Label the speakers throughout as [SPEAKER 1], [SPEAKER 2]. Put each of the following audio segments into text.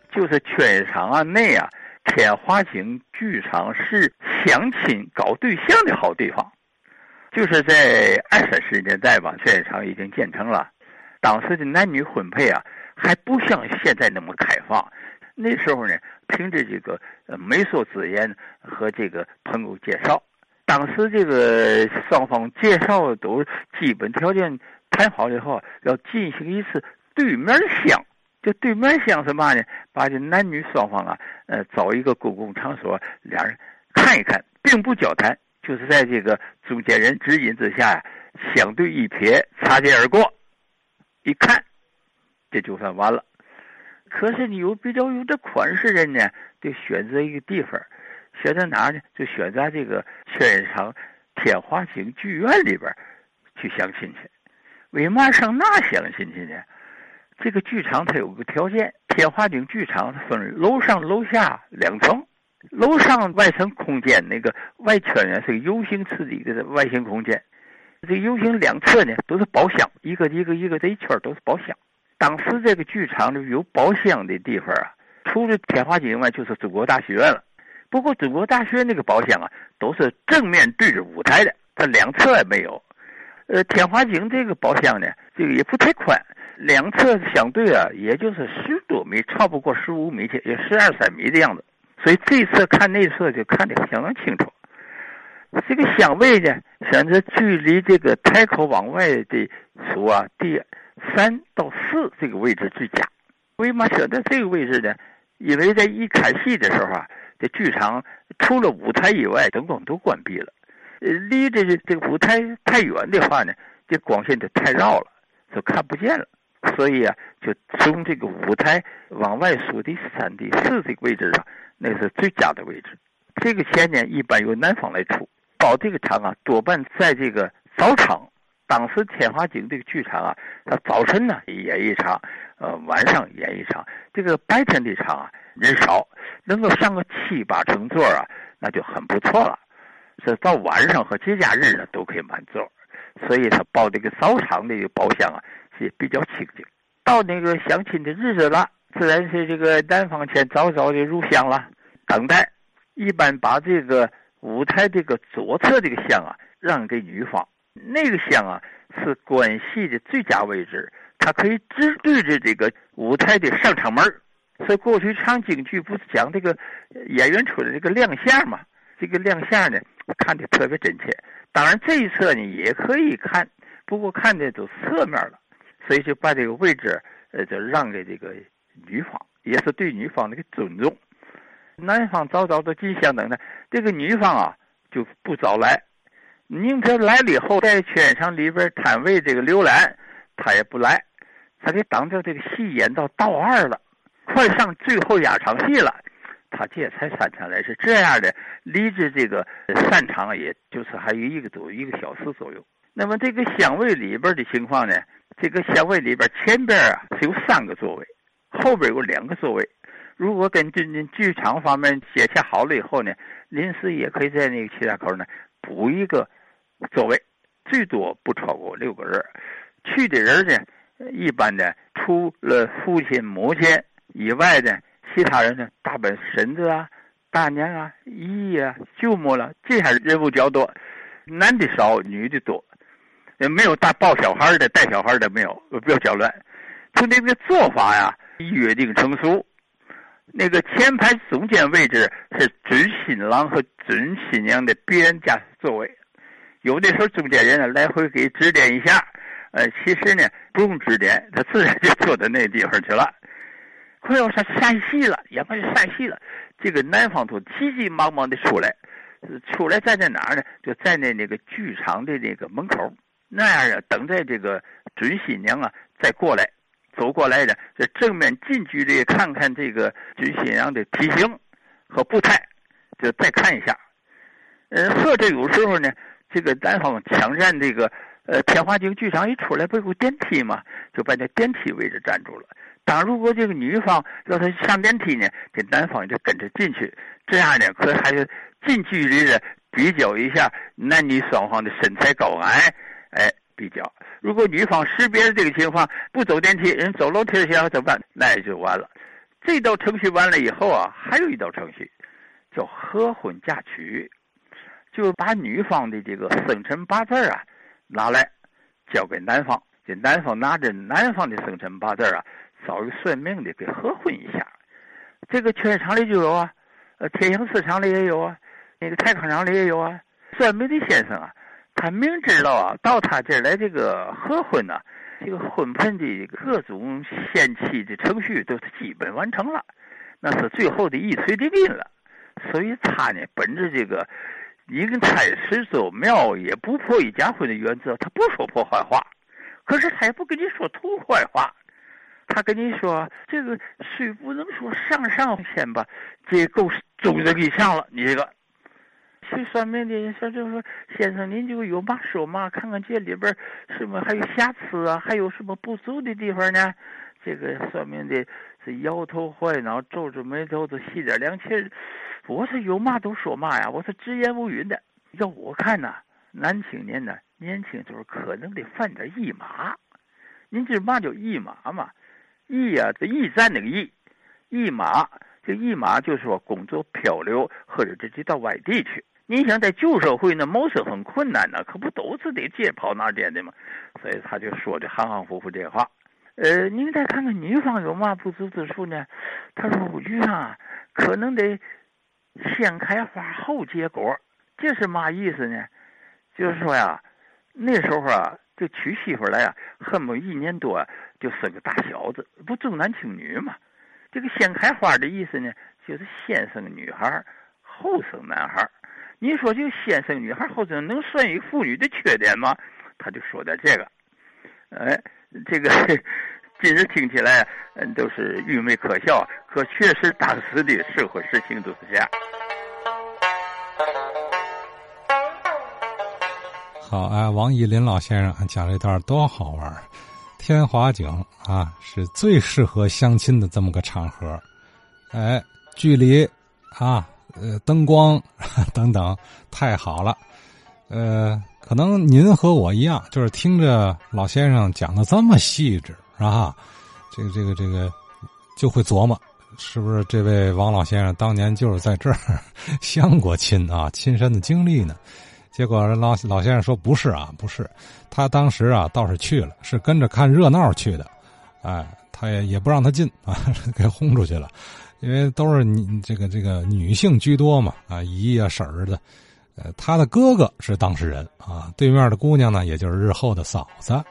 [SPEAKER 1] 就是劝场啊内啊，天华景剧场是相亲搞对象的好地方。就是在20-30年代吧，劝场已经建成了，当时的男女婚配啊，还不像现在那么开放。那时候呢，凭着这个媒妁之言和这个朋友介绍，当时这个双方介绍都基本条件谈好了以后，要进行一次对面相。就对面相是嘛呢？把这男女双方啊，找一个公共场所，两人看一看，并不交谈，就是在这个中间人指引之下，相对一瞥，擦肩而过，一看，这就算完了。可是你有比较有的宽适人呢，就选择一个地方，选择哪呢？就选择这个劝场天华景剧院里边去相亲去。为嘛上那相亲去呢？这个剧场它有个条件，天华景剧场它分楼上楼下2层，楼上外层空间那个外圈呢是个 U 型刺激的外形空间，这个 U 型两侧呢都是包厢，一个这一圈都是包厢。当时这个剧场里有包厢的地方啊，除了天华景外就是中国大学院了。不过中国大学那个包厢啊，都是正面对着舞台的，它两侧也没有。天华景这个包厢呢，这个也不太宽，两侧相对啊，也就是10多米，超不过15米去，也12、3米的样子。所以这次看内侧就看得相当清楚。这个相位呢，选择距离这个台口往外的数啊，第3到4这个位置最佳。为嘛选择这个位置呢？因为在一开戏的时候啊，这剧场除了舞台以外，灯光都关闭了。离这个舞台太远的话呢，这光线就太绕了，就看不见了。所以啊，就从这个舞台往外数第3、第4这个位置上，那是最佳的位置。这个钱呢，一般由男方来出。包这个场啊，多半在这个早场。当时天华景这个剧场啊，它早晨呢演一场，晚上演一场。这个白天这场啊人少，能够上个7、8成座啊，那就很不错了。这到晚上和节假日呢都可以满座，所以他包这个早场的包厢啊是比较清静。到那个相亲的日子了，自然是这个男方先早早的入厢了，等待。一般把这个舞台这个左侧这个厢啊让给女方。那个厢啊是观戏的最佳位置，它可以直对着这个舞台的上场门。所以过去唱京剧不是讲这个演员出的这个亮相嘛？这个亮相呢看得特别真切。当然这一侧呢也可以看，不过看的都侧面了，所以就把这个位置就让给这个女方，也是对女方的一个尊重。男方早早的进厢等的，这个女方啊就不早来。宁可来了以后在圈场里边摊位这个浏览，他也不来，他得等着这个戏演到倒2了，快上最后压场戏了，他这才散场来。是这样的，离着这个散场也就是还有1个小时左右。那么这个厢位里边的情况呢，这个厢位里边前边啊是有3个座位，后边有2个座位。如果跟剧场方面接洽好了以后呢，临时也可以在那个其他口呢补一个座位，最多不超过6个人。去的人呢，一般的除了父亲母亲以外的其他人呢，大本婶子啊、大娘啊、姨啊、舅母了，这样人物较多，男的少，女的多，没有抱小孩的、带小孩的没有，不要搅乱。就那个做法呀，约定成熟。那个前排中间位置是准新郎和准新娘的别人家座位，有的时候中间人呢来回给指点一下，其实呢不用指点，他自然就坐到那地方去了。快要上散戏了，眼看就散戏了，这个男方都急急忙忙的出来站在哪儿呢？就站在那个剧场的那个门口，那样啊，等待这个准新娘啊再走过来的，这正面近距离看看这个准新娘的体型和步态，就再看一下。或者有时候呢，这个男方抢占这个天华景剧场一出来不有电梯嘛，就把那电梯位置占住了。当如果这个女方要她上电梯呢，这男方就跟着进去，这样呢可还是近距离的比较一下男女双方的身材高矮，比较。如果女方识别这个情况不走电梯，人走楼梯想怎么办？那也就完了。 这道程序完了以后啊，还有一道程序叫合婚嫁娶，就把女方的这个生辰八字啊拿来交给男方，这男方拿着男方的生辰八字啊，找一个算命的给合婚一下。这个劝业场里就有啊，天兴市场里也有啊，那个泰康场里也有啊。算命的先生啊，他明知道啊，到他这儿来这个合婚呢，这个婚盆的各种先期的程序都是基本完成了，那是最后的一锤定音了。所以他呢，本着这个宁拆十座庙也不破一家婚的原则，他不说破坏话，可是他也不跟你说土坏话。他跟你说这个虽不能说上仙吧，这够中人以上了。你这个去算命的人说，就说先生您就有嘛说嘛，看看这里边什么还有瑕疵啊，还有什么不足的地方呢？这个算命的是摇头晃脑，皱着眉头，都吸点凉气儿。我说有嘛都说嘛呀，我是直言无语的。要我看呐，男青年呢，年轻时候可能得犯点驿马。您知嘛叫驿马吗？驿啊，这驿站那个驿，驿马，这驿马就是说工作漂流或者直接到外地去。你想在旧社会呢，谋生很困难呢，可不都是得这跑那颠的吗？所以他就说着行行夫妇这话。您再看看女方有嘛不足之处呢？他说我觉啊，可能得先开花后结果。这是嘛意思呢？就是说呀，那时候啊，就娶媳妇来啊，恨不1年多就生个大小子，不重男轻女嘛。这个先开花的意思呢，就是先生女孩后生男孩。你说这个先生女孩后生能算一个妇女的缺点吗？他就说点这个。这个今日听起来都是愚昧可笑，可确实当时的社会事情都是这样。
[SPEAKER 2] 好，王逸林老先生讲这段多好玩。天华井啊，是最适合相亲的这么个场合。距离啊，灯光等等太好了。可能您和我一样，就是听着老先生讲的这么细致啊，这个就会琢磨，是不是这位王老先生当年就是在这儿相过亲啊，亲身的经历呢？结果老先生说不是啊，不是，他当时啊倒是去了，是跟着看热闹去的，他也不让他进啊，给轰出去了，因为都是这个女性居多嘛，姨啊婶儿的，他的哥哥是当事人啊，对面的姑娘呢，也就是日后的嫂子。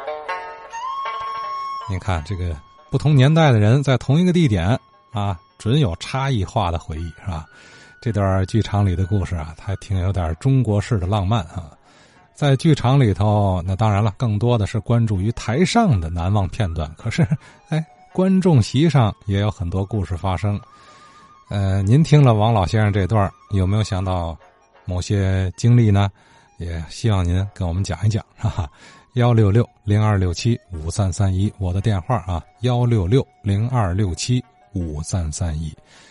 [SPEAKER 2] 你看这个不同年代的人在同一个地点啊，准有差异化的回忆，是吧？这段剧场里的故事啊，还挺有点中国式的浪漫啊。在剧场里头，那当然了，更多的是关注于台上的难忘片段。可是，观众席上也有很多故事发生。您听了王老先生这段，有没有想到某些经历呢？也希望您跟我们讲一讲，哈哈。166-0267-5331，我的电话啊，166-0267-5331。